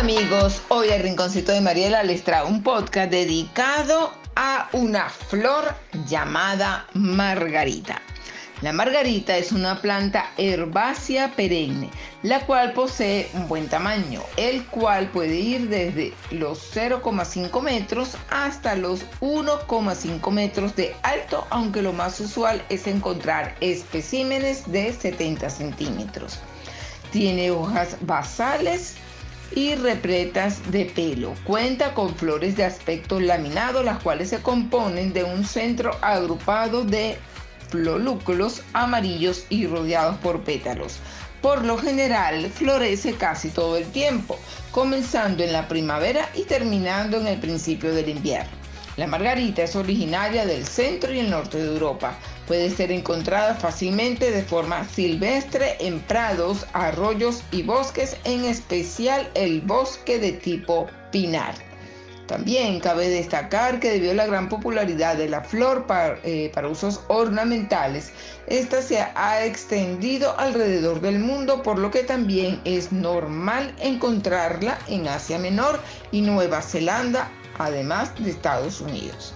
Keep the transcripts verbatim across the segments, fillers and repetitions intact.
amigos, hoy el Rinconcito de Mariela les trae un podcast dedicado a una flor llamada margarita. La margarita es una planta herbácea perenne, la cual posee un buen tamaño, el cual puede ir desde los cero coma cinco metros hasta los uno coma cinco metros de alto, aunque lo más usual es encontrar especímenes de setenta centímetros. Tiene hojas basales y repletas de pelo. Cuenta con flores de aspecto laminado, las cuales se componen de un centro agrupado de florúnculos amarillos y rodeados por pétalos. Por lo general, florece casi todo el tiempo, comenzando en la primavera y terminando en el principio del invierno. La margarita es originaria del centro y el norte de Europa. Puede ser encontrada fácilmente de forma silvestre en prados, arroyos y bosques, en especial el bosque de tipo pinar. También cabe destacar que debido a la gran popularidad de la flor para, eh, para usos ornamentales, esta se ha extendido alrededor del mundo, por lo que también es normal encontrarla en Asia Menor y Nueva Zelanda, además de Estados Unidos.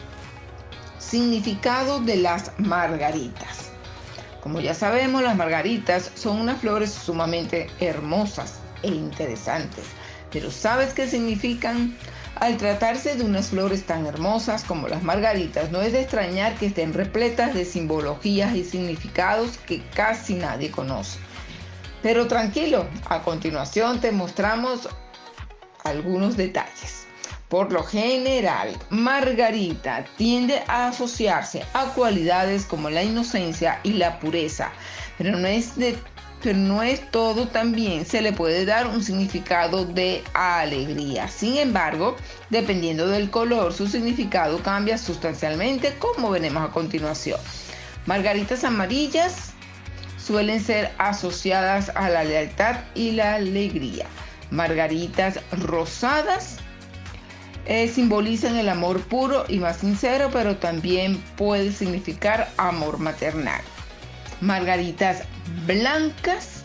Significado de las margaritas. Como ya sabemos, las margaritas son unas flores sumamente hermosas e interesantes, pero ¿sabes qué significan? Al tratarse de unas flores tan hermosas como las margaritas, no es de extrañar que estén repletas de simbologías y significados que casi nadie conoce. Pero tranquilo, a continuación te mostramos algunos detalles. Por lo general, margarita tiende a asociarse a cualidades como la inocencia y la pureza, pero no es de pero no es todo, también se le puede dar un significado de alegría. Sin embargo, dependiendo del color, su significado cambia sustancialmente, como veremos a continuación. Margaritas amarillas suelen ser asociadas a la lealtad y la alegría. Margaritas rosadas eh, simbolizan el amor puro y más sincero, pero también puede significar amor maternal. Margaritas blancas,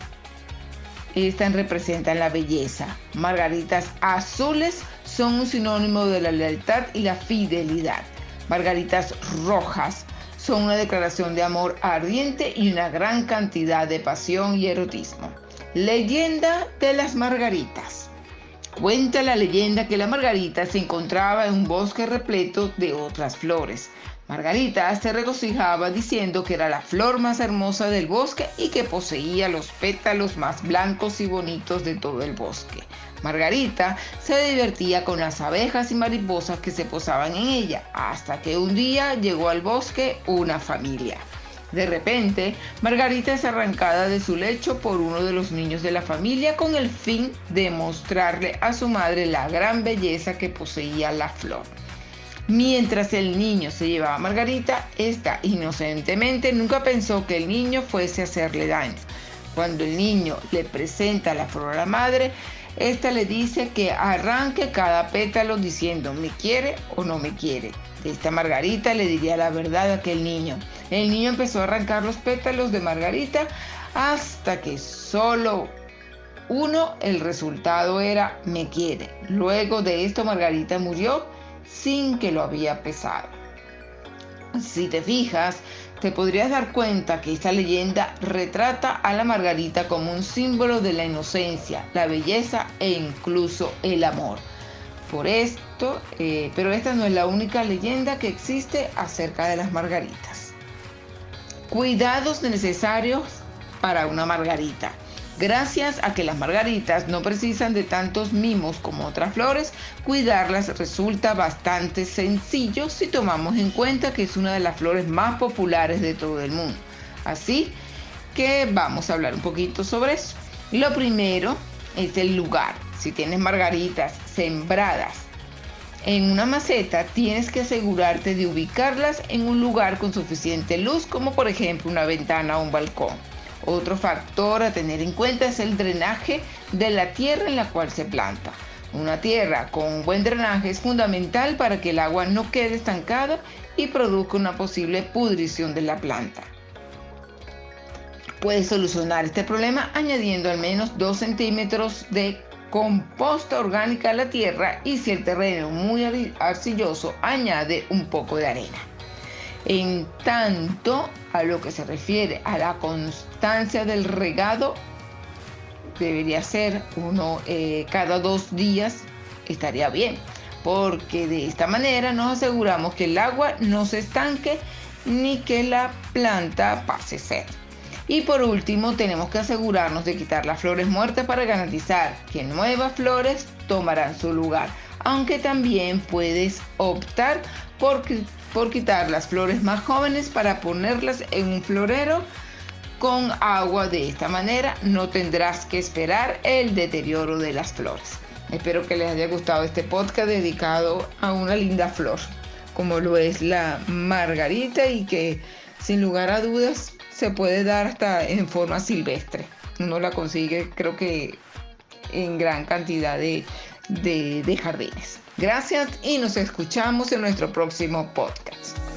estas representan la belleza. Margaritas azules son un sinónimo de la lealtad y la fidelidad. Margaritas rojas son una declaración de amor ardiente y una gran cantidad de pasión y erotismo. Leyenda de las margaritas. Cuenta la leyenda que la margarita se encontraba en un bosque repleto de otras flores. Margarita se regocijaba diciendo que era la flor más hermosa del bosque y que poseía los pétalos más blancos y bonitos de todo el bosque. Margarita se divertía con las abejas y mariposas que se posaban en ella, hasta que un día llegó al bosque una familia. De repente, Margarita es arrancada de su lecho por uno de los niños de la familia con el fin de mostrarle a su madre la gran belleza que poseía la flor. Mientras el niño se llevaba a Margarita, esta inocentemente nunca pensó que el niño fuese a hacerle daño. Cuando el niño le presenta la flor a la madre, esta le dice que arranque cada pétalo diciendo ¿me quiere o no me quiere? Esta Margarita le diría la verdad a aquel niño. El niño empezó a arrancar los pétalos de Margarita hasta que solo uno, el resultado era me quiere. Luego de esto Margarita murió sin que lo había pesado. Si te fijas, te podrías dar cuenta que esta leyenda retrata a la margarita como un símbolo de la inocencia, la belleza e incluso el amor. Por esto, eh, pero esta no es la única leyenda que existe acerca de las margaritas. Cuidados necesarios para una margarita. Gracias a que las margaritas no precisan de tantos mimos como otras flores, cuidarlas resulta bastante sencillo si tomamos en cuenta que es una de las flores más populares de todo el mundo. Así que vamos a hablar un poquito sobre eso. Lo primero es el lugar. Si tienes margaritas sembradas en una maceta, tienes que asegurarte de ubicarlas en un lugar con suficiente luz, como por ejemplo una ventana o un balcón. Otro factor a tener en cuenta es el drenaje de la tierra en la cual se planta. Una tierra con un buen drenaje es fundamental para que el agua no quede estancada y produzca una posible pudrición de la planta. Puedes solucionar este problema añadiendo al menos dos centímetros de composta orgánica a la tierra y si el terreno es muy arcilloso, añade un poco de arena. En tanto, a lo que se refiere a la constancia del regado, debería ser uno eh, cada dos días, estaría bien, porque de esta manera nos aseguramos que el agua no se estanque ni que la planta pase sed. Y por último, tenemos que asegurarnos de quitar las flores muertas para garantizar que nuevas flores tomarán su lugar, aunque también puedes optar por, por quitar las flores más jóvenes para ponerlas en un florero con agua. De esta manera no tendrás que esperar el deterioro de las flores. Espero que les haya gustado este podcast dedicado a una linda flor, como lo es la margarita, y que sin lugar a dudas se puede dar hasta en forma silvestre. Uno la consigue, creo que en gran cantidad de, de, de jardines. Gracias y nos escuchamos en nuestro próximo podcast.